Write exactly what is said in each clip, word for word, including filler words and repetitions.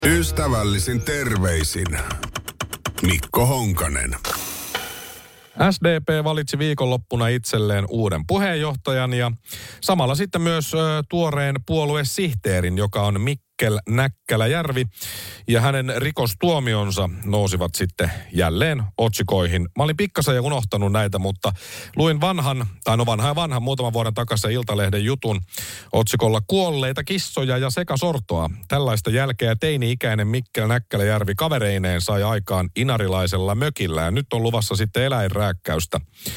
Ystävällisin terveisin Mikko Honkanen. S D P valitsi viikonloppuna itselleen uuden puheenjohtajan ja samalla sitten myös ö, tuoreen puoluesihteerin, joka on Mikkel Näkkäläjärvi. Ja hänen rikostuomionsa nousivat sitten jälleen otsikoihin. Mä olin pikkasen jo unohtanut näitä, mutta luin vanhan, tai no vanha ja vanhan, muutaman vuoden takaisin Iltalehden jutun otsikolla Kuolleita kissoja ja sekasortoa. Tällaista jälkeä teini-ikäinen Mikkel Näkkäläjärvi kavereineen sai aikaan inarilaisella mökillä ja nyt on luvassa sitten eläinrääkkäystä.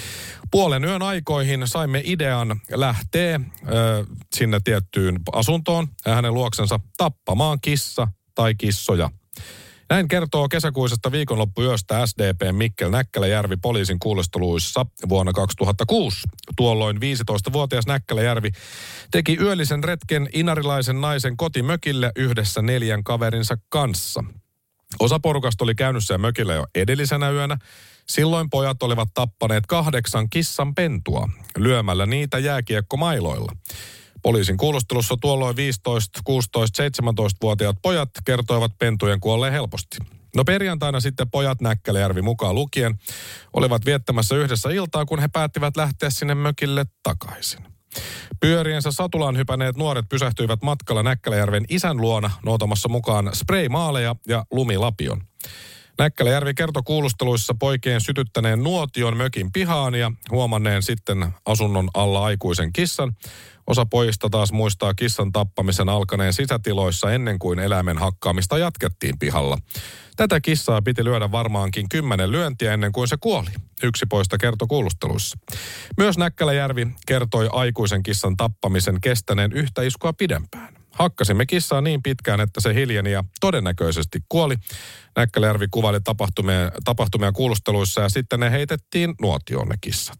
Puolen yön aikoihin saimme idean lähteä ö, sinne tiettyyn asuntoon ja hänen luoksensa tappamaan kissa tai kissoja. Näin kertoo kesäkuisesta viikonloppuyöstä S D P Mikkel Näkkäläjärvi poliisin kuulusteluissa vuonna kaksituhattakuusi. Tuolloin viisitoistavuotias Näkkäläjärvi teki yöllisen retken inarilaisen naisen kotimökille yhdessä neljän kaverinsa kanssa. Osa porukasta oli käynyt siellä mökillä jo edellisenä yönä. Silloin pojat olivat tappaneet kahdeksan kissan pentua lyömällä niitä jääkiekkomailoilla. Poliisin kuulustelussa tuolloin viisitoista, kuusitoista, seitsemäntoistavuotiaat pojat kertoivat pentujen kuolleen helposti. No perjantaina sitten pojat Näkkäläjärvi mukaan lukien olivat viettämässä yhdessä iltaa, kun he päättivät lähteä sinne mökille takaisin. Pyöriensä satulaan hypäneet nuoret pysähtyivät matkalla Näkkäläjärven isän luona noutamassa mukaan spraymaaleja ja lumilapion. Näkkäläjärvi kertoi kuulusteluissa poikien sytyttäneen nuotion mökin pihaan ja huomanneen sitten asunnon alla aikuisen kissan. Osa pojista taas muistaa kissan tappamisen alkaneen sisätiloissa ennen kuin eläimen hakkaamista jatkettiin pihalla. Tätä kissaa piti lyödä varmaankin kymmenen lyöntiä ennen kuin se kuoli. Yksi poista kertoi kuulusteluissa. Myös Näkkäläjärvi kertoi aikuisen kissan tappamisen kestäneen yhtä iskua pidempään. Hakkasimme kissaa niin pitkään, että se hiljeni ja todennäköisesti kuoli. Näkkäläjärvi kuvaili tapahtumia, tapahtumia kuulusteluissa ja sitten ne heitettiin nuotioon ne kissat.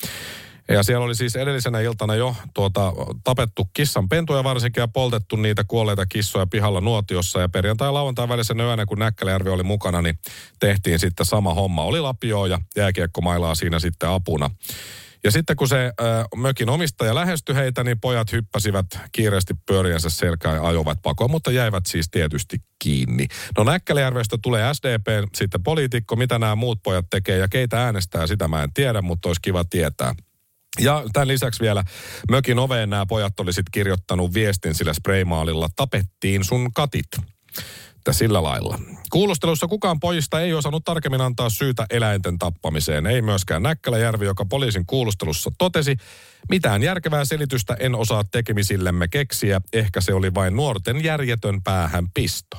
Ja siellä oli siis edellisenä iltana jo tuota, tapettu kissan pentuja varsinkin ja poltettu niitä kuolleita kissoja pihalla nuotiossa. Ja perjantai- ja lauantai välisenä yönä, kun Näkkäläjärvi oli mukana, niin tehtiin sitten sama homma. Oli lapioa ja jääkiekkomailaa siinä sitten apuna. Ja sitten kun se äh, mökin omistaja lähestyi heitä, niin pojat hyppäsivät kiireesti pyöriänsä selkään ja ajoivat pakoon, mutta jäivät siis tietysti kiinni. No Näkkäläjärvestä tulee S D P, sitten poliitikko, mitä nämä muut pojat tekee ja keitä äänestää, sitä mä en tiedä, mutta olisi kiva tietää. Ja tämän lisäksi vielä mökin oveen nämä pojat oli sitten kirjoittanut viestin sillä spraymaalilla, tapettiin sun katit. Että sillä lailla. Kuulustelussa kukaan pojista ei osannut tarkemmin antaa syytä eläinten tappamiseen. Ei myöskään Näkkäläjärvi, joka poliisin kuulustelussa totesi, mitään järkevää selitystä en osaa tekemisillemme keksiä. Ehkä se oli vain nuorten järjetön päähänpisto.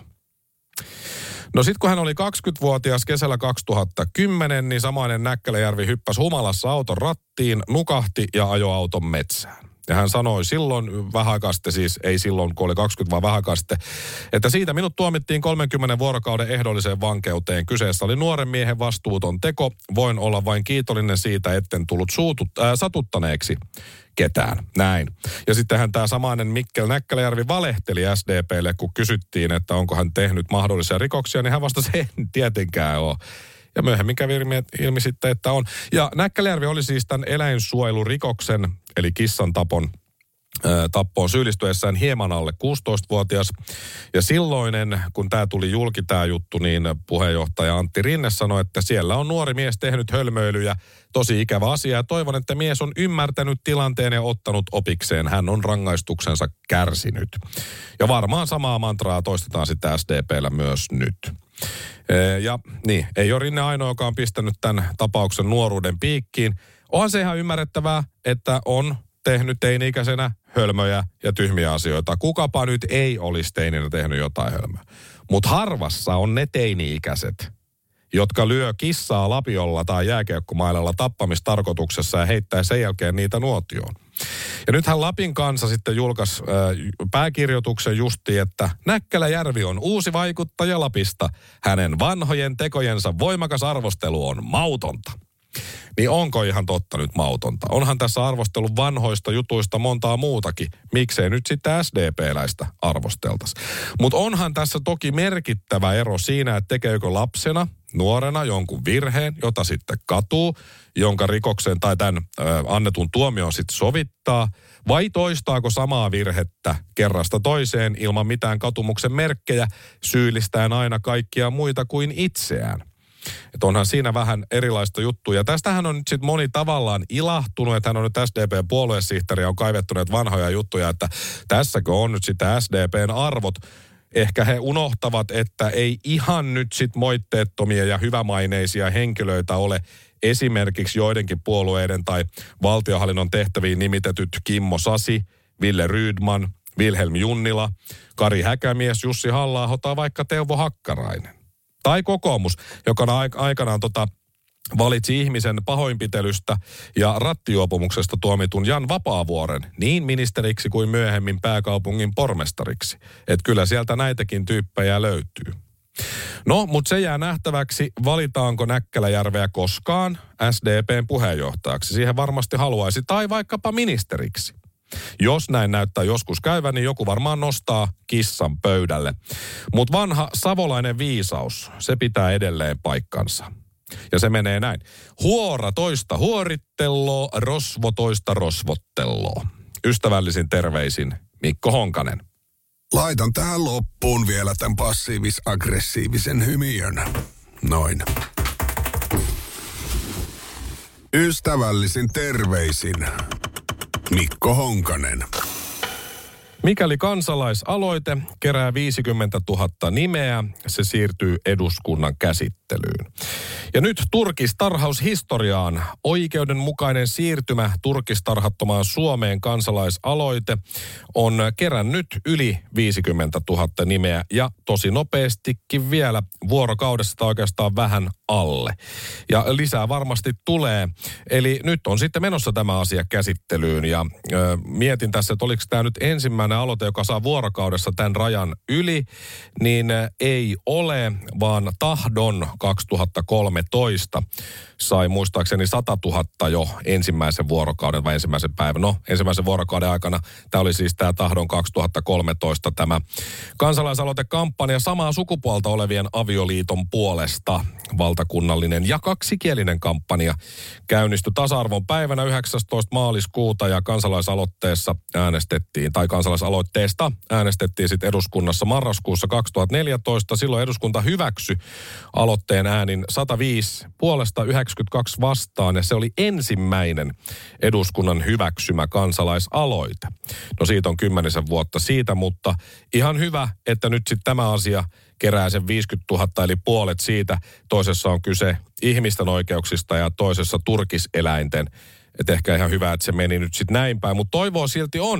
No sit kun hän oli kaksikymmentävuotias kesällä kaksituhattakymmenen, niin samainen Näkkäläjärvi hyppäsi humalassa auton rattiin, nukahti ja ajoi auton metsään. Ja hän sanoi silloin vähän aikaa sitten, siis ei silloin kun oli kaksikymmentä, vaan vähän aikaa sitten, että siitä minut tuomittiin kolmenkymmenen vuorokauden ehdolliseen vankeuteen. Kyseessä oli nuoren miehen vastuuton teko. Voin olla vain kiitollinen siitä, etten tullut suutut, äh, satuttaneeksi ketään. Näin. Ja sittenhän tämä samainen Mikkel Näkkäläjärvi valehteli S D P:lle, kun kysyttiin, että onko hän tehnyt mahdollisia rikoksia, niin hän vastasi, en tietenkään ole. Ja myöhemmin kävi ilmi, ilmi sitten, että on. Ja Näkkäläjärvi oli siis tämän eläinsuojelurikoksen, eli kissan tapon, ää, tappoon syyllistyessään hieman alle kuusitoistavuotias. Ja silloinen, kun tämä tuli julki tämä juttu, niin puheenjohtaja Antti Rinne sanoi, että siellä on nuori mies tehnyt hölmöilyjä. Tosi ikävä asia ja toivon, että mies on ymmärtänyt tilanteen ja ottanut opikseen. Hän on rangaistuksensa kärsinyt. Ja varmaan samaa mantraa toistetaan sitten S D P:llä myös nyt. Ja niin, ei ole Rinne ainoa, joka on pistänyt tämän tapauksen nuoruuden piikkiin. Onhan se ihan ymmärrettävää, että on tehnyt teini-ikäisenä hölmöjä ja tyhmiä asioita. Kukapa nyt ei olisi teininä tehnyt jotain hölmöä. Mutta harvassa on ne teini-ikäiset, jotka lyö kissaa lapiolla tai jääkiekkomailalla tappamistarkoituksessa ja heittää sen jälkeen niitä nuotioon. Ja nythän Lapin Kansa sitten julkaisi äh, pääkirjoituksen justi, että Näkkäläjärvi on uusi vaikuttaja Lapista. Hänen vanhojen tekojensa voimakas arvostelu on mautonta. Niin onko ihan totta nyt mautonta? Onhan tässä arvostellut vanhoista jutuista montaa muutakin. Miksei nyt sitten S D P-läistä arvosteltaisi? Mutta onhan tässä toki merkittävä ero siinä, että tekeekö lapsena, nuorena jonkun virheen, jota sitten katuu, jonka rikoksen tai tämän ö, annetun tuomion sitten sovittaa, Vai toistaako samaa virhettä kerrasta toiseen ilman mitään katumuksen merkkejä, syyllistäen aina kaikkia muita kuin itseään? Että onhan siinä vähän erilaista juttua. Ja tästähän on nyt sitten moni tavallaan ilahtunut, että hän on nyt S D P-puoluesihteeri ja on kaivettu näitä vanhoja juttuja, että tässäkö on nyt sitä S D P:n arvot. Ehkä he unohtavat, että ei ihan nyt sit moitteettomia ja hyvämaineisia henkilöitä ole esimerkiksi joidenkin puolueiden tai valtionhallinnon tehtäviin nimitetyt Kimmo Sasi, Ville Rydman, Vilhelm Junnila, Kari Häkämies, Jussi Halla-aho tai vaikka Teuvo Hakkarainen. Tai kokoomus, joka aikanaan tota, valitsi ihmisen pahoinpitelystä ja rattijuopumuksesta tuomitun Jan Vapaavuoren niin ministeriksi kuin myöhemmin pääkaupungin pormestariksi. Että kyllä sieltä näitäkin tyyppejä löytyy. No, mutta se jää nähtäväksi, valitaanko Näkkäläjärveä koskaan S D P:n puheenjohtajaksi. Siihen varmasti haluaisi, tai vaikkapa ministeriksi. Jos näin näyttää joskus käyvän, niin joku varmaan nostaa kissan pöydälle. Mutta vanha savolainen viisaus, se pitää edelleen paikkansa. Ja se menee näin. Huora toista huoritteloo, rosvo toista rosvotteloo. Ystävällisin terveisin Mikko Honkanen. Laitan tähän loppuun vielä tämän passiivis-aggressiivisen hymiön. Noin. Ystävällisin terveisin Mikko Honkanen. Mikäli kansalaisaloite kerää viisikymmentätuhatta nimeä, se siirtyy eduskunnan käsittelyyn. Ja nyt turkistarhaushistoriaan. Oikeudenmukainen siirtymä turkistarhattomaan Suomeen kansalaisaloite on kerännyt yli viisikymmentätuhatta nimeä ja tosi nopeastikin vielä vuorokaudessa tai oikeastaan vähän alle. Ja lisää varmasti tulee. Eli nyt on sitten menossa tämä asia käsittelyyn ja ö, mietin tässä, että oliko tämä nyt ensimmäinen aloite, joka saa vuorokaudessa tämän rajan yli, niin ei ole, vaan Tahdon kaksituhattakolmetoista sai muistaakseni sata tuhatta jo ensimmäisen vuorokauden vai ensimmäisen päivän. No, ensimmäisen vuorokauden aikana tämä oli siis tämä Tahdon kaksituhattakolmetoista tämä kansalaisaloitekampanja samaa sukupuolta olevien avioliiton puolesta. Valtakunnallinen ja kaksikielinen kampanja käynnistyi tasa-arvon päivänä yhdeksästoista maaliskuuta ja kansalaisaloitteessa äänestettiin, tai kansalaisaloitteesta äänestettiin sitten eduskunnassa marraskuussa kaksituhattaneljätoista. Silloin eduskunta hyväksyi aloitteen äänin sata viisi puolesta yhdeksänkymmentäkaksi vastaan ja se oli ensimmäinen eduskunnan hyväksymä kansalaisaloite. No siitä on kymmenisen vuotta siitä, mutta ihan hyvä, että nyt sitten tämä asia kerää sen viisikymmentätuhatta eli puolet siitä. Toisessa on kyse ihmisten oikeuksista ja toisessa turkiseläinten. Että ehkä ihan hyvä, että se meni nyt sitten näin päin, mutta toivoa silti on.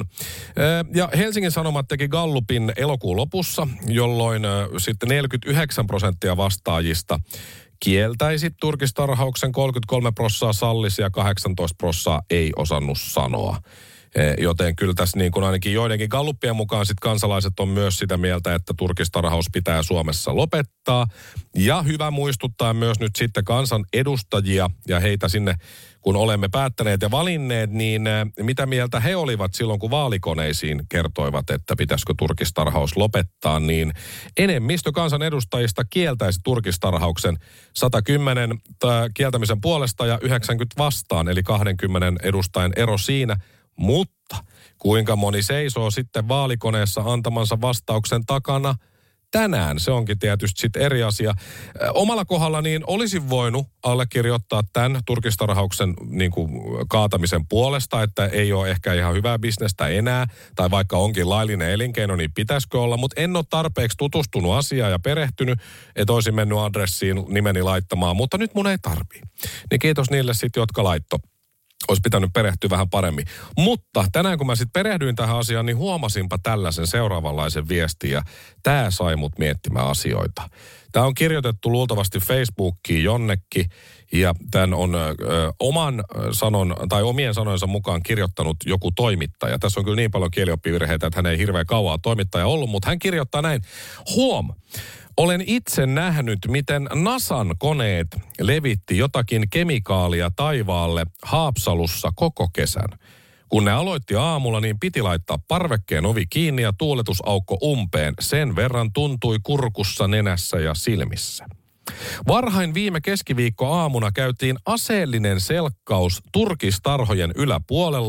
Ja Helsingin Sanomat teki Gallupin elokuun lopussa, jolloin sitten neljäkymmentäyhdeksän prosenttia vastaajista kieltäisi turkistarhauksen, kolmekymmentäkolme prosenttia sallisi ja kahdeksantoista prosenttia ei osannut sanoa. Joten kyllä tässä niin kuin ainakin joidenkin galluppien mukaan sit kansalaiset on myös sitä mieltä, että turkistarhaus pitää Suomessa lopettaa. Ja hyvä muistuttaa myös nyt sitten kansan edustajia ja heitä sinne, kun olemme päättäneet ja valinneet, niin mitä mieltä he olivat silloin, kun vaalikoneisiin kertoivat, että pitäisikö turkistarhaus lopettaa, niin enemmistö kansan edustajista kieltäisi turkistarhauksen sata kymmenen kieltämisen puolesta ja yhdeksänkymmentä vastaan, eli kaksikymmentä edustajan ero siinä. Mutta kuinka moni seisoo sitten vaalikoneessa antamansa vastauksen takana tänään? Se onkin tietysti sitten eri asia. Omalla kohdalla niin olisin voinut allekirjoittaa tämän turkistarhauksen niin kuin kaatamisen puolesta, että ei ole ehkä ihan hyvää bisnestä enää, tai vaikka onkin laillinen elinkeino, niin pitäisikö olla, mutta en ole tarpeeksi tutustunut asiaan ja perehtynyt, että olisin mennyt adressiin nimeni laittamaan, mutta nyt mun ei tarvii. Niin kiitos niille sitten, jotka laittoi. Olisi pitänyt perehtyä vähän paremmin. Mutta tänään kun mä sitten perehdyin tähän asiaan, niin huomasinpa tällaisen seuraavanlaisen viestin ja tämä sai mut miettimään asioita. Tämä on kirjoitettu luultavasti Facebookiin jonnekin ja tämän on ö, oman sanon tai omien sanojensa mukaan kirjoittanut joku toimittaja. Tässä on kyllä niin paljon kielioppivirheitä, että hän ei hirveän kauaa toimittaja ollut, mutta hän kirjoittaa näin. Huom! Olen itse nähnyt, miten NASAn koneet levitti jotakin kemikaalia taivaalle Haapsalussa koko kesän. Kun ne aloitti aamulla, niin piti laittaa parvekkeen ovi kiinni ja tuuletusaukko umpeen. Sen verran tuntui kurkussa, nenässä ja silmissä. Varhain viime keskiviikko aamuna käytiin aseellinen selkkaus turkistarhojen yläpuolella,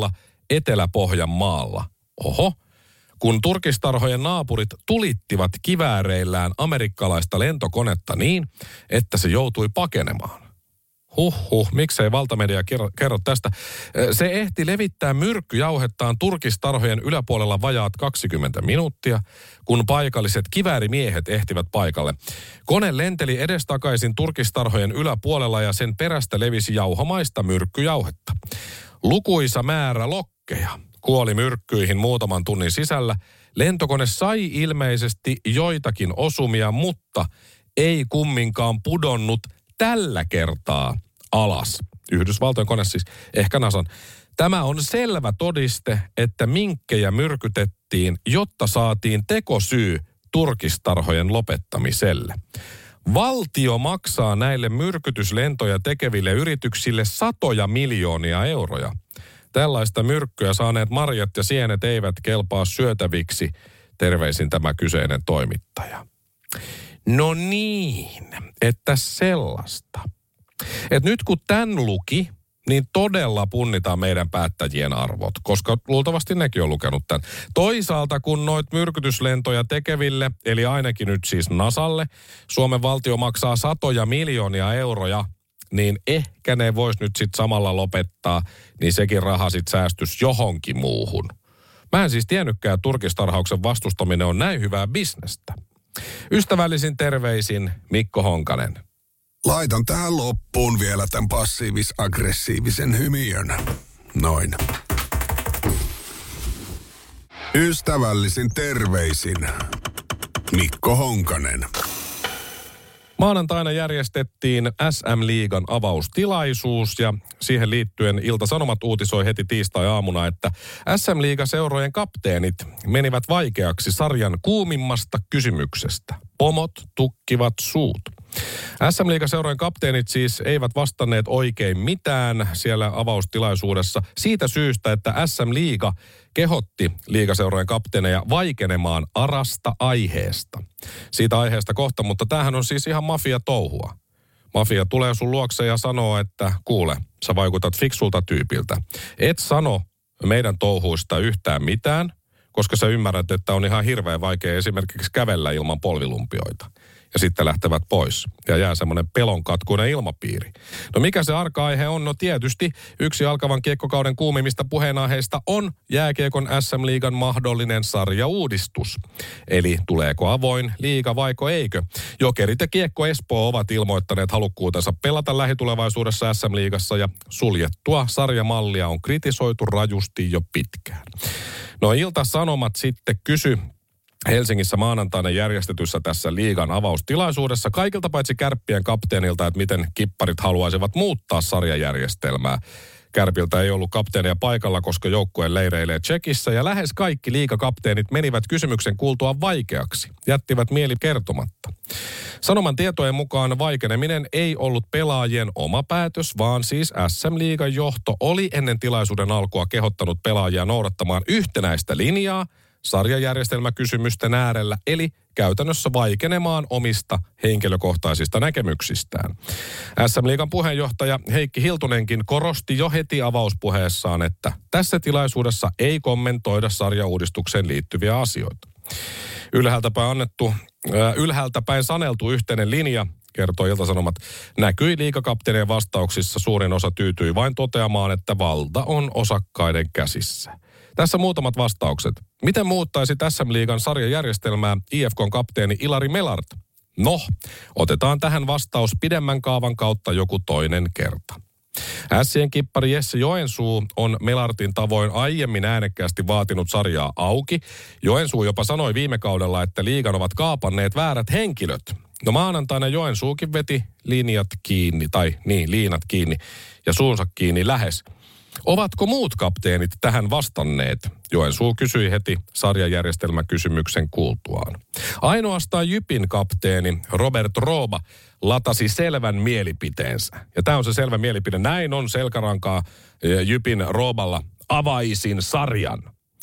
Etelä-Pohjanmaalla. Oho. Kun turkistarhojen naapurit tulittivat kivääreillään amerikkalaista lentokonetta niin, että se joutui pakenemaan. Huhhuh, miksei valtamedia kerro, kerro tästä. Se ehti levittää myrkkyjauhettaan turkistarhojen yläpuolella vajaat kaksikymmentä minuuttia, kun paikalliset kiväärimiehet ehtivät paikalle. Kone lenteli edestakaisin turkistarhojen yläpuolella ja sen perästä levisi jauhamaista myrkkyjauhetta. Lukuisa määrä lokkeja kuoli myrkkyihin muutaman tunnin sisällä. Lentokone sai ilmeisesti joitakin osumia, mutta ei kumminkaan pudonnut tällä kertaa alas. Yhdysvaltojen kone siis, ehkä Nasan. Tämä on selvä todiste, että minkkejä myrkytettiin, jotta saatiin tekosyy turkistarhojen lopettamiselle. Valtio maksaa näille myrkytyslentoja tekeville yrityksille satoja miljoonia euroja. Tällaista myrkkyä saaneet marjat ja sienet eivät kelpaa syötäviksi, terveisin tämä kyseinen toimittaja. No niin, että sellaista. Et nyt kun tämän luki, niin todella punnitaan meidän päättäjien arvot, koska luultavasti nekin on lukenut tämän. Toisaalta kun noit myrkytyslentoja tekeville, eli ainakin nyt siis Nasalle, Suomen valtio maksaa satoja miljoonia euroja, niin ehkä ne vois nyt sitten samalla lopettaa, niin sekin raha sitten säästys johonkin muuhun. Mä en siis tiennytkään, että turkistarhauksen vastustaminen on näin hyvää bisnestä. Ystävällisin terveisin Mikko Honkanen. Laitan tähän loppuun vielä tämän passiivis-aggressiivisen hymiön. Noin. Ystävällisin terveisin Mikko Honkanen. Maanantaina järjestettiin S M-liigan avaustilaisuus ja siihen liittyen Ilta-Sanomat uutisoi heti tiistai-aamuna, että S M-liigaseurojen kapteenit menivät vaikeaksi sarjan kuumimmasta kysymyksestä. Pomot tukkivat suut. S M-liigaseurojen kapteenit siis eivät vastanneet oikein mitään siellä avaustilaisuudessa siitä syystä, että S M-liiga kehotti liigaseurojen kapteeneja vaikenemaan arasta aiheesta. Siitä aiheesta kohta, mutta tämähän on siis ihan mafia-touhua. Mafia tulee sun luokse ja sanoo, että kuule, sä vaikutat fiksulta tyypiltä. Et sano meidän touhuista yhtään mitään, koska sä ymmärrät, että on ihan hirveän vaikea esimerkiksi kävellä ilman polvilumpioita. Ja sitten lähtevät pois. Ja jää semmoinen pelonkatkuinen ilmapiiri. No mikä se arka-aihe on? No tietysti yksi alkavan kiekkokauden kuumimmista puheenaiheista on jääkiekon S M-liigan mahdollinen sarjauudistus. Eli tuleeko avoin liiga vaiko eikö? Jokerit ja Kiekko Espoo ovat ilmoittaneet halukkuutensa pelata lähitulevaisuudessa S M-liigassa ja suljettua sarjamallia on kritisoitu rajusti jo pitkään. No Ilta-Sanomat sitten kysy Helsingissä maanantaina järjestetyssä tässä liigan avaustilaisuudessa kaikilta paitsi Kärppien kapteenilta, että miten kipparit haluaisivat muuttaa sarjajärjestelmää. Kärpiltä ei ollut kapteenia paikalla, koska joukkue leireilee Tsekissä ja lähes kaikki liigakapteenit menivät kysymyksen kuultua vaikeaksi. Jättivät mieli kertomatta. Sanoman tietojen mukaan vaikeneminen ei ollut pelaajien oma päätös, vaan siis S M-liigan johto oli ennen tilaisuuden alkua kehottanut pelaajia noudattamaan yhtenäistä linjaa sarjajärjestelmäkysymysten äärellä, eli käytännössä vaikenemaan omista henkilökohtaisista näkemyksistään. S M-liigan puheenjohtaja Heikki Hiltunenkin korosti jo heti avauspuheessaan, että tässä tilaisuudessa ei kommentoida sarjauudistukseen liittyviä asioita. Ylhäältäpäin annettu, äh, ylhäältäpäin saneltu yhteinen linja, kertoo Ilta-Sanomat, näkyi liigakapteenien vastauksissa. Suurin osa tyytyi vain toteamaan, että valta on osakkaiden käsissä. Tässä muutamat vastaukset. Miten muuttaisi S M-liigan sarjajärjestelmää I F K:n kapteeni Ilari Melart? No, otetaan tähän vastaus pidemmän kaavan kautta joku toinen kerta. Ässien kippari Jesse Joensuu on Melartin tavoin aiemmin äänekkäästi vaatinut sarjaa auki. Joensuu jopa sanoi viime kaudella, että liigan ovat kaapanneet väärät henkilöt. No maanantaina Joensuukin veti linjat kiinni, tai niin, liinat kiinni ja suunsa kiinni lähes. Ovatko muut kapteenit tähän vastanneet? Joensuu kysyi heti sarjajärjestelmäkysymyksen kuultuaan. Ainoastaan Jypin kapteeni Robert Rooba latasi selvän mielipiteensä. Ja tämä on se selvä mielipide. Näin on selkärankaa Jypin Rooballa. Avaisin sarjan,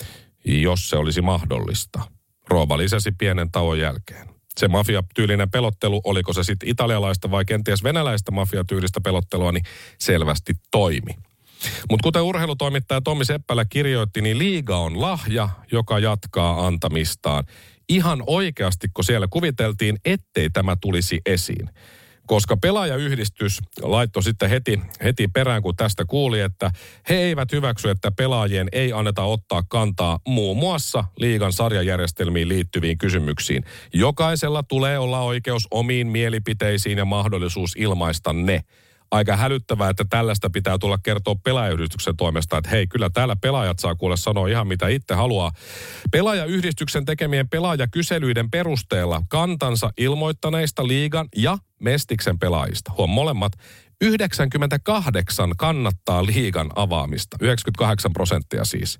jos se olisi mahdollista. Rooba lisäsi pienen tauon jälkeen. Se mafiatyylinen pelottelu, oliko se sitten italialaista vai kenties venäläistä mafiatyylistä pelottelua, niin selvästi toimi. Mutta kuten urheilutoimittaja Tommi Seppälä kirjoitti, niin liiga on lahja, joka jatkaa antamistaan. Ihan oikeasti, kun siellä kuviteltiin, ettei tämä tulisi esiin. Koska pelaajayhdistys laittoi sitten heti, heti perään, kun tästä kuuli, että he eivät hyväksy, että pelaajien ei anneta ottaa kantaa muun muassa liigan sarjajärjestelmiin liittyviin kysymyksiin. Jokaisella tulee olla oikeus omiin mielipiteisiin ja mahdollisuus ilmaista ne. Aika hälyttävää, että tällaista pitää tulla kertoa pelaajayhdistyksen toimesta, että hei, kyllä täällä pelaajat saa kuule sanoa ihan mitä itse haluaa. Pelaajayhdistyksen tekemien pelaajakyselyiden perusteella kantansa ilmoittaneista liigan ja Mestiksen pelaajista, huom molemmat, yhdeksänkymmentäkahdeksan kannattaa liigan avaamista, yhdeksänkymmentäkahdeksan prosenttia siis,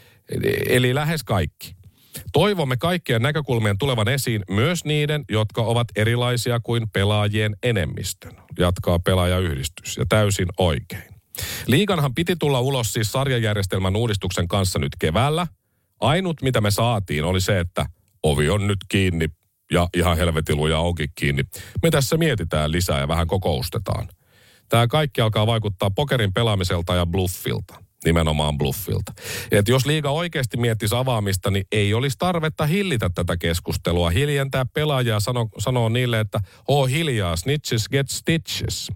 eli lähes kaikki. Toivomme kaikkien näkökulmien tulevan esiin myös niiden, jotka ovat erilaisia kuin pelaajien enemmistön, jatkaa pelaajayhdistys, ja täysin oikein. Liiganhan piti tulla ulos siis sarjajärjestelmän uudistuksen kanssa nyt keväällä. Ainut, mitä me saatiin, oli se, että ovi on nyt kiinni ja ihan helvetin luja onkin kiinni. Me tässä mietitään lisää ja vähän kokoustetaan. Tämä kaikki alkaa vaikuttaa pokerin pelaamiselta ja bluffilta. Nimenomaan bluffilta. Et jos liiga oikeasti miettisi avaamista, niin ei olisi tarvetta hillitä tätä keskustelua. Hiljentää pelaajaa sano, sanoo niille, että oo hiljaa, snitches get stitches.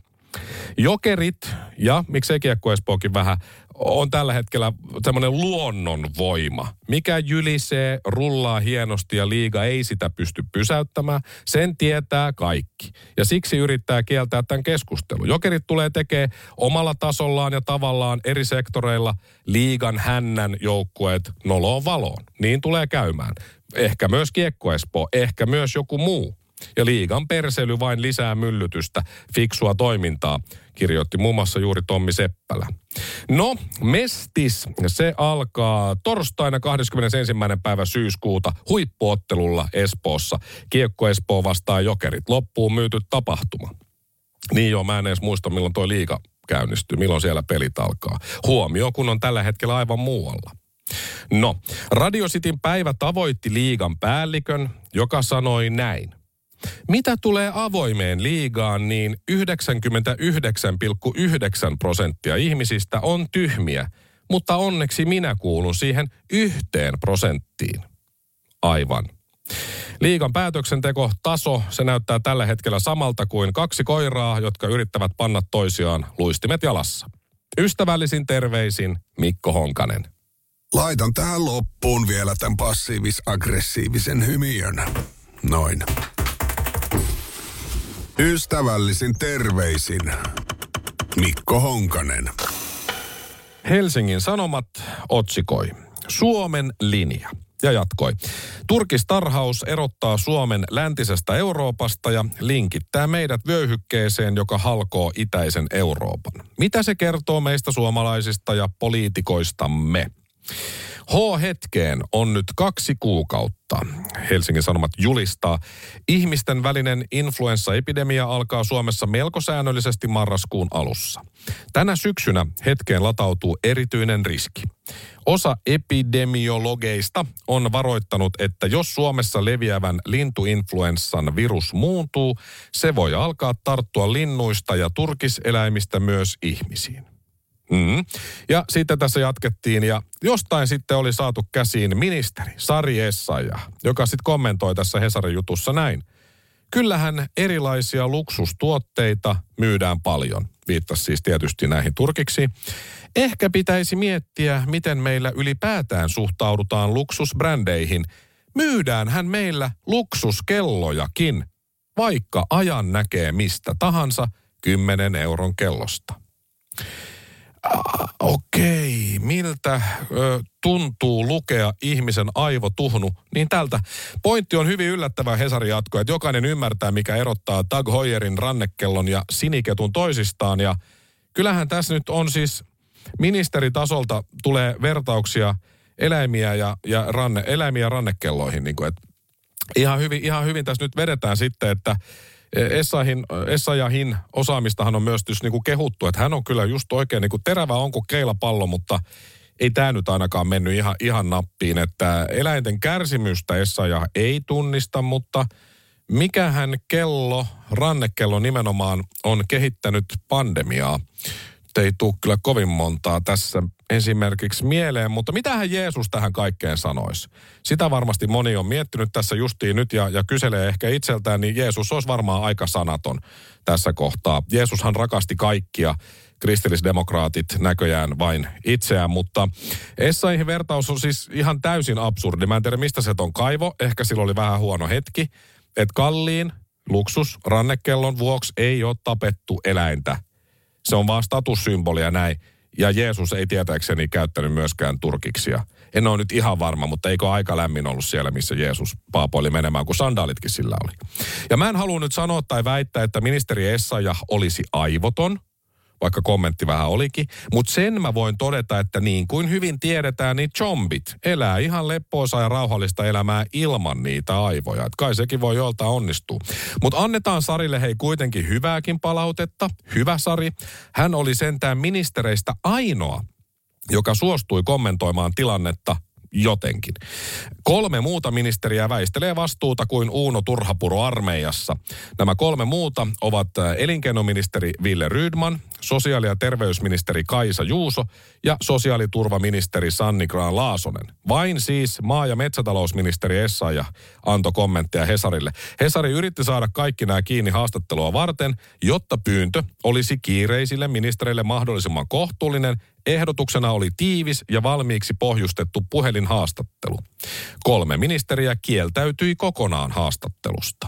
Jokerit ja miksei Kiekko Espookin vähän on tällä hetkellä semmoinen luonnonvoima, mikä jylisee, rullaa hienosti ja liiga ei sitä pysty pysäyttämään. Sen tietää kaikki. Ja siksi yrittää kieltää tämän keskustelun. Jokerit tulee tekemään omalla tasollaan ja tavallaan eri sektoreilla liigan hännän joukkueet noloon valoon. Niin tulee käymään. Ehkä myös Kiekko Espoo, ehkä myös joku muu. Ja liigan persely vain lisää myllytystä, fiksua toimintaa, kirjoitti muun muassa juuri Tommi Seppälä. No, Mestis, se alkaa torstaina kahdeskymmenesensimmäinen päivä syyskuuta huippuottelulla Espoossa. Kiekko Espoo vastaa Jokerit. Loppuun myyty tapahtuma. Niin joo, mä en edes muista milloin toi liiga käynnistyy, milloin siellä pelit alkaa. Huomio, kun on tällä hetkellä aivan muualla. No, Radio Cityn päivä tavoitti liigan päällikön, joka sanoi näin. Mitä tulee avoimeen liigaan, niin yhdeksänkymmentäyhdeksän pilkku yhdeksän prosenttia ihmisistä on tyhmiä, mutta onneksi minä kuulun siihen yhteen prosenttiin. Aivan. Liigan päätöksenteko taso, se näyttää tällä hetkellä samalta kuin kaksi koiraa, jotka yrittävät panna toisiaan luistimet jalassa. Ystävällisin terveisin Mikko Honkanen. Laitan tähän loppuun vielä tämän passiivis-aggressiivisen hymiön. Noin. Ystävällisin terveisin Mikko Honkanen. Helsingin Sanomat otsikoi Suomen linja ja jatkoi. Turkistarhaus erottaa Suomen läntisestä Euroopasta ja linkittää meidät vyöhykkeeseen, joka halkoo itäisen Euroopan. Mitä se kertoo meistä suomalaisista ja poliitikoistamme? H-hetkeen on nyt kaksi kuukautta. Helsingin Sanomat julistaa. Ihmisten välinen influenssaepidemia alkaa Suomessa melko säännöllisesti marraskuun alussa. Tänä syksynä hetkeen latautuu erityinen riski. Osa epidemiologeista on varoittanut, että jos Suomessa leviävän lintuinfluenssan virus muuntuu, se voi alkaa tarttua linnuista ja turkiseläimistä myös ihmisiin. Mm. Ja sitten tässä jatkettiin ja jostain sitten oli saatu käsiin ministeri Sari Essayah, joka sitten kommentoi tässä Hesarin jutussa näin. Kyllähän erilaisia luksustuotteita myydään paljon. Viittasi siis tietysti näihin turkiksi. Ehkä pitäisi miettiä, miten meillä ylipäätään suhtaudutaan luksusbrändeihin. Myydäänhän meillä luksuskellojakin, vaikka ajan näkee mistä tahansa kymmenen euron kellosta. Ah, okei, miltä ö, tuntuu lukea ihmisen aivotuhnu, niin tältä. Pointti on hyvin yllättävä Hesari jatko, että jokainen ymmärtää, mikä erottaa Tag Heuerin rannekellon ja siniketun toisistaan. Ja kyllähän tässä nyt on siis ministeritasolta tulee vertauksia eläimiä ja, ja, ranne, eläimiä ja rannekelloihin. Niin kuin, että ihan, hyvin, ihan hyvin tässä nyt vedetään sitten, että Essayahin, Essayahin osaamistahan on myös niin kuin kehuttu, että hän on kyllä just oikein niin kuin terävä on kuin keilapallo, mutta ei tämä nyt ainakaan mennyt ihan, ihan nappiin, että eläinten kärsimystä Essayah ei tunnista, mutta mikähän kello, rannekello nimenomaan on kehittänyt pandemiaa. ei tule kyllä kovin montaa tässä esimerkiksi mieleen, mutta mitähän Jeesus tähän kaikkeen sanoisi? Sitä varmasti moni on miettinyt tässä justiin nyt ja, ja kyselee ehkä itseltään, niin Jeesus olisi varmaan aika sanaton tässä kohtaa. Jeesushan rakasti kaikkia, kristillisdemokraatit näköjään vain itseään, mutta Essayhin vertaus on siis ihan täysin absurdi. Mä en tiedä, mistä se on kaivo. Ehkä sillä oli vähän huono hetki, että kalliin luksus rannekellon vuoksi ei ole tapettu eläintä. Se on vaan statussymbolia näin. Ja Jeesus ei tietääkseni käyttänyt myöskään turkiksia. En ole nyt ihan varma, mutta eikö aika lämmin ollut siellä, missä Jeesus paapoili menemään, kun sandaalitkin sillä oli. Ja mä en halua nyt sanoa tai väittää, että ministeri Essayah olisi aivoton, vaikka kommentti vähän olikin. Mutta sen mä voin todeta, että niin kuin hyvin tiedetään, niin zombit elää ihan leppoisaa ja rauhallista elämää ilman niitä aivoja. Et kai sekin voi joltain onnistua. Mutta annetaan Sarille hei kuitenkin hyvääkin palautetta. Hyvä Sari. Hän oli sentään ministereistä ainoa, joka suostui kommentoimaan tilannetta jotenkin. Kolme muuta ministeriä väistelee vastuuta kuin Uuno Turhapuro armeijassa. Nämä kolme muuta ovat elinkeinoministeri Ville Rydman, sosiaali- ja terveysministeri Kaisa Juuso ja sosiaaliturvaministeri Sanni Grahn-Laasonen. Vain siis maa- ja metsätalousministeri Essayah antoi kommentteja Hesarille. Hesari yritti saada kaikki nämä kiinni haastattelua varten, jotta pyyntö olisi kiireisille ministereille mahdollisimman kohtuullinen. Ehdotuksena oli tiivis ja valmiiksi pohjustettu puhelinhaastattelu. Kolme ministeriä kieltäytyi kokonaan haastattelusta.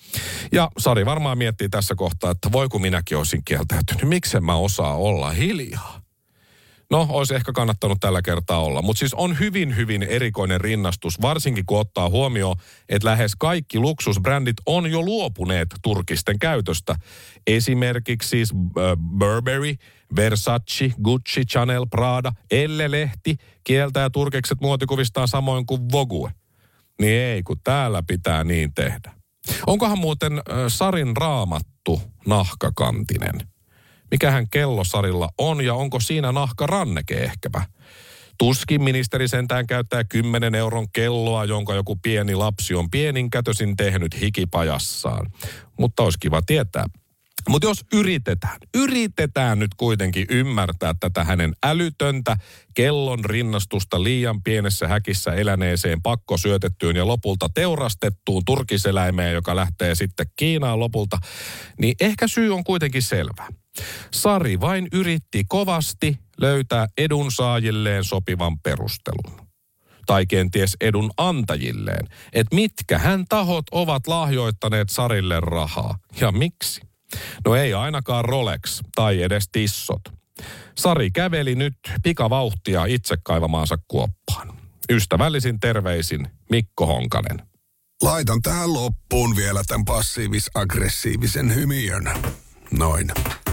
Ja Sari varmaan miettii tässä kohtaa, että voi kun minäkin olisin kieltäytynyt. Miksen mä osaa olla hiljaa? No, olisi ehkä kannattanut tällä kertaa olla. Mutta siis on hyvin, hyvin erikoinen rinnastus, varsinkin kun ottaa huomioon, että lähes kaikki luksusbrändit on jo luopuneet turkisten käytöstä. Esimerkiksi siis äh, Burberry, Versace, Gucci, Chanel, Prada, Elle-lehti kieltää turkikset muotikuvistaan samoin kuin Vogue. Niin ei, kun täällä pitää niin tehdä. Onkohan muuten äh, Sarin raamattu nahkakantinen? Mikähän kello Sarilla on ja onko siinä nahkaranneke ehkäpä? Tuskin ministeri sentään käyttää kymmenen euron kelloa, jonka joku pieni lapsi on pieninkätösin tehnyt hikipajassaan. Mutta olisi kiva tietää. Mutta jos yritetään, yritetään nyt kuitenkin ymmärtää tätä hänen älytöntä kellon rinnastusta liian pienessä häkissä eläneeseen pakkosyötettyyn ja lopulta teurastettuun turkiseläimeen, joka lähtee sitten Kiinaan lopulta, niin ehkä syy on kuitenkin selvä. Sari vain yritti kovasti löytää edunsaajilleen sopivan perustelun. Tai kenties edun antajilleen, että mitkä hän tahot ovat lahjoittaneet Sarille rahaa ja miksi. No ei ainakaan Rolex tai edes tissot. Sari käveli nyt pikavauhtia itse kaivamaansa kuoppaan. Ystävällisin terveisin Mikko Honkanen. Laitan tähän loppuun vielä tämän passiivis-aggressiivisen hymiön. Noin.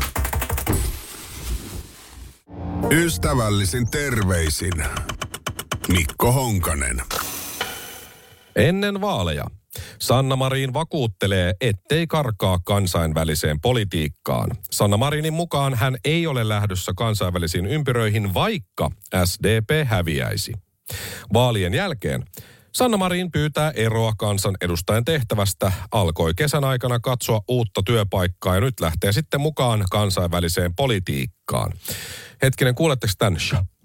Ystävällisin terveisin Mikko Honkanen. Ennen vaaleja Sanna Marin vakuuttelee, ettei karkaa kansainväliseen politiikkaan. Sanna Marinin mukaan hän ei ole lähdössä kansainvälisiin ympyröihin, vaikka S D P häviäisi. Vaalien jälkeen Sanna Marin pyytää eroa kansanedustajan tehtävästä, alkoi kesän aikana katsoa uutta työpaikkaa ja nyt lähtee sitten mukaan kansainväliseen politiikkaan. Hetkinen, kuuletteko tämän?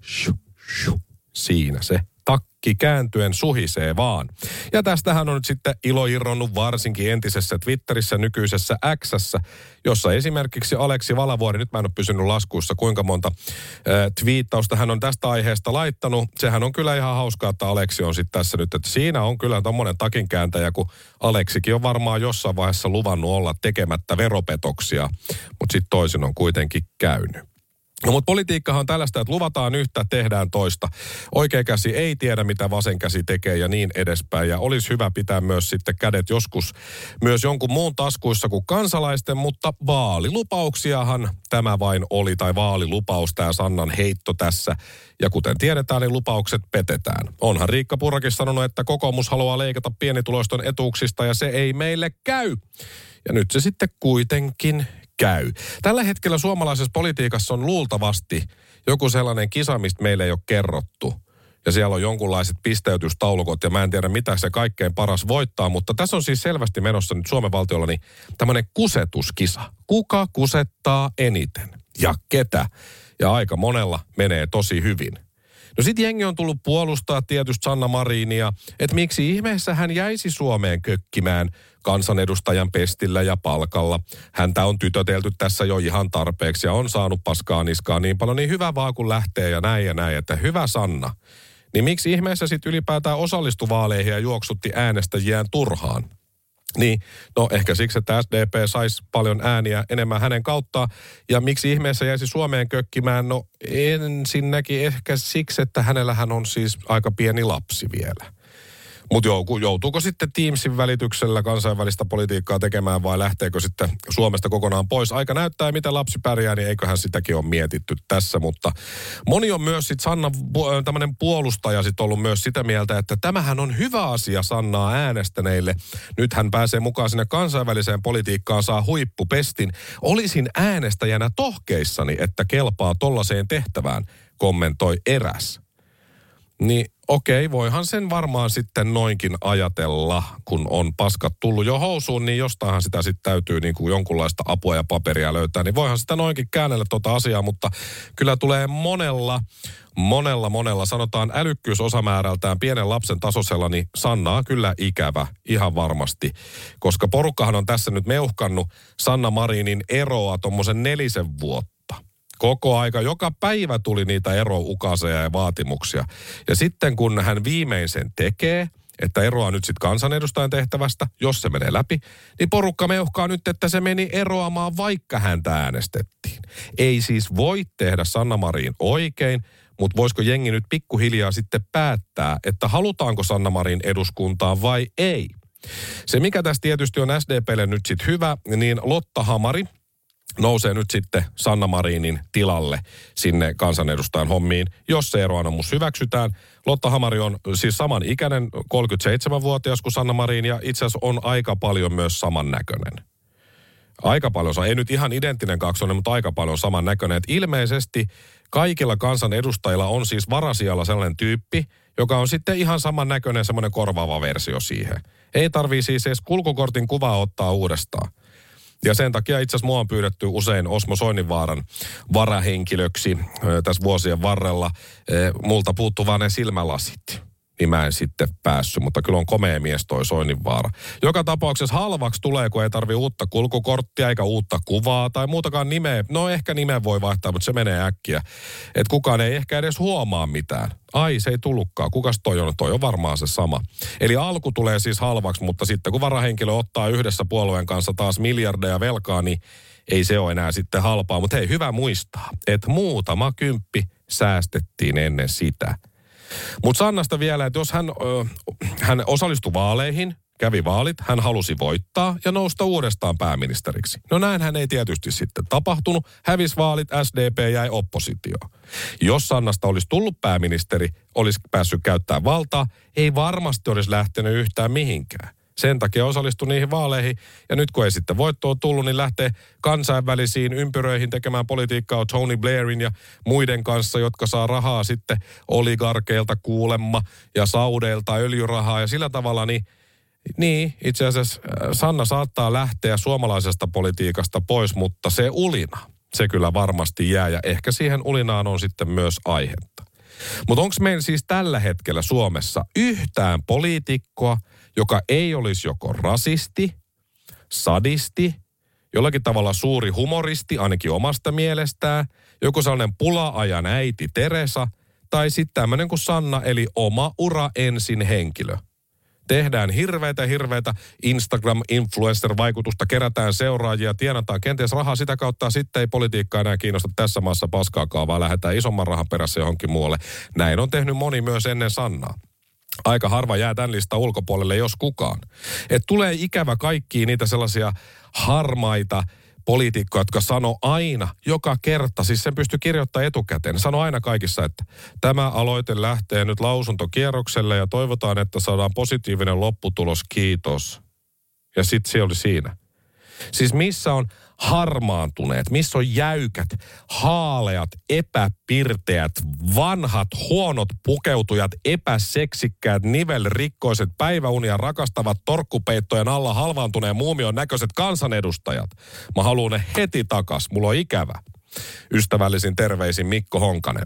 Siinä se. Takki kääntyen suhisee vaan. Ja tästähän on nyt sitten ilo irronnut varsinkin entisessä Twitterissä, nykyisessä X:ssä, jossa esimerkiksi Aleksi Valavuori, nyt mä en ole pysynyt laskuissa kuinka monta äh, twiittausta hän on tästä aiheesta laittanut. Sehän on kyllä ihan hauskaa, että Aleksi on sitten tässä nyt, että siinä on kyllä tommonen takinkääntäjä, kun Aleksikin on varmaan jossain vaiheessa luvannut olla tekemättä veropetoksia, mutta sitten toisin on kuitenkin käynyt. No mutta politiikkahan on tällaista, että luvataan yhtä, tehdään toista. Oikea käsi ei tiedä, mitä vasen käsi tekee ja niin edespäin. Ja olisi hyvä pitää myös sitten kädet joskus myös jonkun muun taskuissa kuin kansalaisten, mutta vaalilupauksiahan tämä vain oli, tai vaalilupaus, tämä Sannan heitto tässä. Ja kuten tiedetään, niin lupaukset petetään. Onhan Riikka Purrakin sanonut, että kokoomus haluaa leikata pienituloisten etuuksista ja se ei meille käy. Ja nyt se sitten kuitenkin käy. Tällä hetkellä suomalaisessa politiikassa on luultavasti joku sellainen kisa, mistä meille ei ole kerrottu. Ja siellä on jonkunlaiset pisteytystaulukot ja mä en tiedä mitä se kaikkein paras voittaa, mutta tässä on siis selvästi menossa nyt Suomen valtiolla niin tämmöinen kusetuskisa. Kuka kusettaa eniten? Ja ketä? Ja aika monella menee tosi hyvin. No sit jengi on tullut puolustaa tietysti Sanna Marinia, että miksi ihmeessä hän jäisi Suomeen kökkimään kansanedustajan pestillä ja palkalla. Häntä on tytötelty tässä jo ihan tarpeeksi ja on saanut paskaa niskaa niin paljon, niin hyvä vaan kun lähtee ja näin ja näin, että hyvä Sanna. Niin miksi ihmeessä sit ylipäätään osallistui vaaleihin ja juoksutti äänestäjiään turhaan? Niin, no ehkä siksi, että S D P saisi paljon ääniä enemmän hänen kauttaan. Ja miksi ihmeessä jäisi Suomeen kökkimään? No ensinnäkin ehkä siksi, että hänellähän on siis aika pieni lapsi vielä. Mutta joutuuko sitten Teamsin välityksellä kansainvälistä politiikkaa tekemään vai lähteekö sitten Suomesta kokonaan pois? Aika näyttää, miten lapsi pärjää, niin eiköhän sitäkin ole mietitty tässä. Mutta moni on myös sitten Sanna, tämmöinen puolustaja sitten ollut myös sitä mieltä, että tämähän on hyvä asia Sannaa äänestäneille. Nyt hän pääsee mukaan sinne kansainväliseen politiikkaan, saa huippupestin. Olisin äänestäjänä tohkeissani, että kelpaa tollaiseen tehtävään, kommentoi eräs. Niin okei, voihan sen varmaan sitten noinkin ajatella, kun on paskat tullut jo housuun, niin jostainhan sitä sitten täytyy niin kuin jonkunlaista apua ja paperia löytää. Niin voihan sitä noinkin käännellä tuota asiaa, mutta kyllä tulee monella, monella, monella, sanotaan älykkyysosamäärältään pienen lapsen tasoisella, niin Sannaa kyllä ikävä, ihan varmasti. Koska porukkahan on tässä nyt meuhkannut Sanna Marinin eroa tommosen nelisen vuotta. Koko aika, joka päivä tuli niitä eroukaseja ja vaatimuksia. Ja sitten kun hän viimein sen tekee, että eroaa nyt sitten kansanedustajan tehtävästä, jos se menee läpi, niin porukka meuhkaa nyt, että se meni eroamaan, vaikka häntä äänestettiin. Ei siis voi tehdä Sanna Marin oikein, mutta voisiko jengi nyt pikkuhiljaa sitten päättää, että halutaanko Sanna Marin eduskuntaan vai ei. Se mikä tässä tietysti on S D P:lle nyt sitten hyvä, niin Lotta Hamari nousee nyt sitten Sanna Marinin tilalle sinne kansanedustajan hommiin, jos se eroanomus hyväksytään. Lotta Hamari on siis saman ikäinen, kolmekymmentäseitsemänvuotias kuin Sanna Marin, ja itse asiassa on aika paljon myös samannäköinen. Aika paljon, ei nyt ihan identtinen kaksonen, mutta aika paljon samannäköinen. Et ilmeisesti kaikilla kansanedustajilla on siis varasijalla sellainen tyyppi, joka on sitten ihan samannäköinen, semmoinen korvaava versio siihen. Ei tarvii siis edes kulkukortin kuvaa ottaa uudestaan. Ja sen takia itse asiassa mua on pyydetty usein Osmo Soininvaaran varahenkilöksi ö, tässä vuosien varrella. E, multa puuttuu vaan ne silmälasit. Niin mä en sitten päässyt, mutta kyllä on komea mies toi Soininvaara. Joka tapauksessa halvaksi tulee, kun ei tarvi uutta kulkukorttia eikä uutta kuvaa tai muutakaan nimeä. No ehkä nimen voi vaihtaa, mutta se menee äkkiä. Että kukaan ei ehkä edes huomaa mitään. Ai, se ei tullutkaan. Kukas toi on? Toi on varmaan se sama. Eli alku tulee siis halvaksi, mutta sitten kun varahenkilö ottaa yhdessä puolueen kanssa taas miljardeja velkaa, niin ei se ole enää sitten halpaa. Mutta hei, hyvä muistaa, että muutama kymppi säästettiin ennen sitä. Mutta Sannasta vielä, että jos hän, ö, hän osallistui vaaleihin, kävi vaalit, hän halusi voittaa ja nousta uudestaan pääministeriksi. No näinhän ei tietysti sitten tapahtunut. Hävisi vaalit, S D P jäi oppositioon. Jos Sannasta olisi tullut pääministeri, olisi päässyt käyttämään valtaa, ei varmasti olisi lähtenyt yhtään mihinkään. Sen takia osallistui niihin vaaleihin, ja nyt kun ei sitten voittoa tullut, niin lähtee kansainvälisiin ympyröihin tekemään politiikkaa Tony Blairin ja muiden kanssa, jotka saa rahaa sitten oligarkeilta kuulemma ja saudeilta öljyrahaa, ja sillä tavalla niin, niin itse asiassa Sanna saattaa lähteä suomalaisesta politiikasta pois, mutta se ulina, se kyllä varmasti jää, ja ehkä siihen ulinaan on sitten myös aihetta. Mutta onko meillä siis tällä hetkellä Suomessa yhtään poliitikkoa, joka ei olisi joko rasisti, sadisti, jollakin tavalla suuri humoristi, ainakin omasta mielestään, joku sellainen pula-ajan äiti Teresa, tai sitten tämmöinen kuin Sanna, eli oma ura ensin henkilö. Tehdään hirveitä, hirveitä Instagram-influencer-vaikutusta, kerätään seuraajia, tienataan kenties rahaa sitä kautta, sitten ei politiikka enää kiinnosta tässä maassa paskaakaan, vaan lähdetään isomman rahan perässä johonkin muualle. Näin on tehnyt moni myös ennen Sannaa. Aika harva jää tämän listan ulkopuolelle, jos kukaan. Et tulee ikävä kaikkia niitä sellaisia harmaita poliitikkoja, jotka sanoo aina, joka kerta, siis sen pystyy kirjoittamaan etukäteen. Sano aina kaikissa, että tämä aloite lähtee nyt lausuntokierrokselle ja toivotaan, että saadaan positiivinen lopputulos, kiitos. Ja sitten se oli siinä. Siis missä on harmaantuneet, missä on jäykät, haaleat, epäpirteät, vanhat, huonot pukeutujat, epäseksikkäät, nivelrikkoiset, päiväunia rakastavat, torkkupeittojen alla halvaantuneen muumion näköiset kansanedustajat. Mä haluan ne heti takas, mulla on ikävä. Ystävällisin terveisin Mikko Honkanen.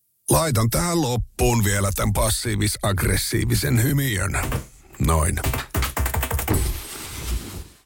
Laitan tähän loppuun vielä tämän passiivis-aggressiivisen hymiön. Noin.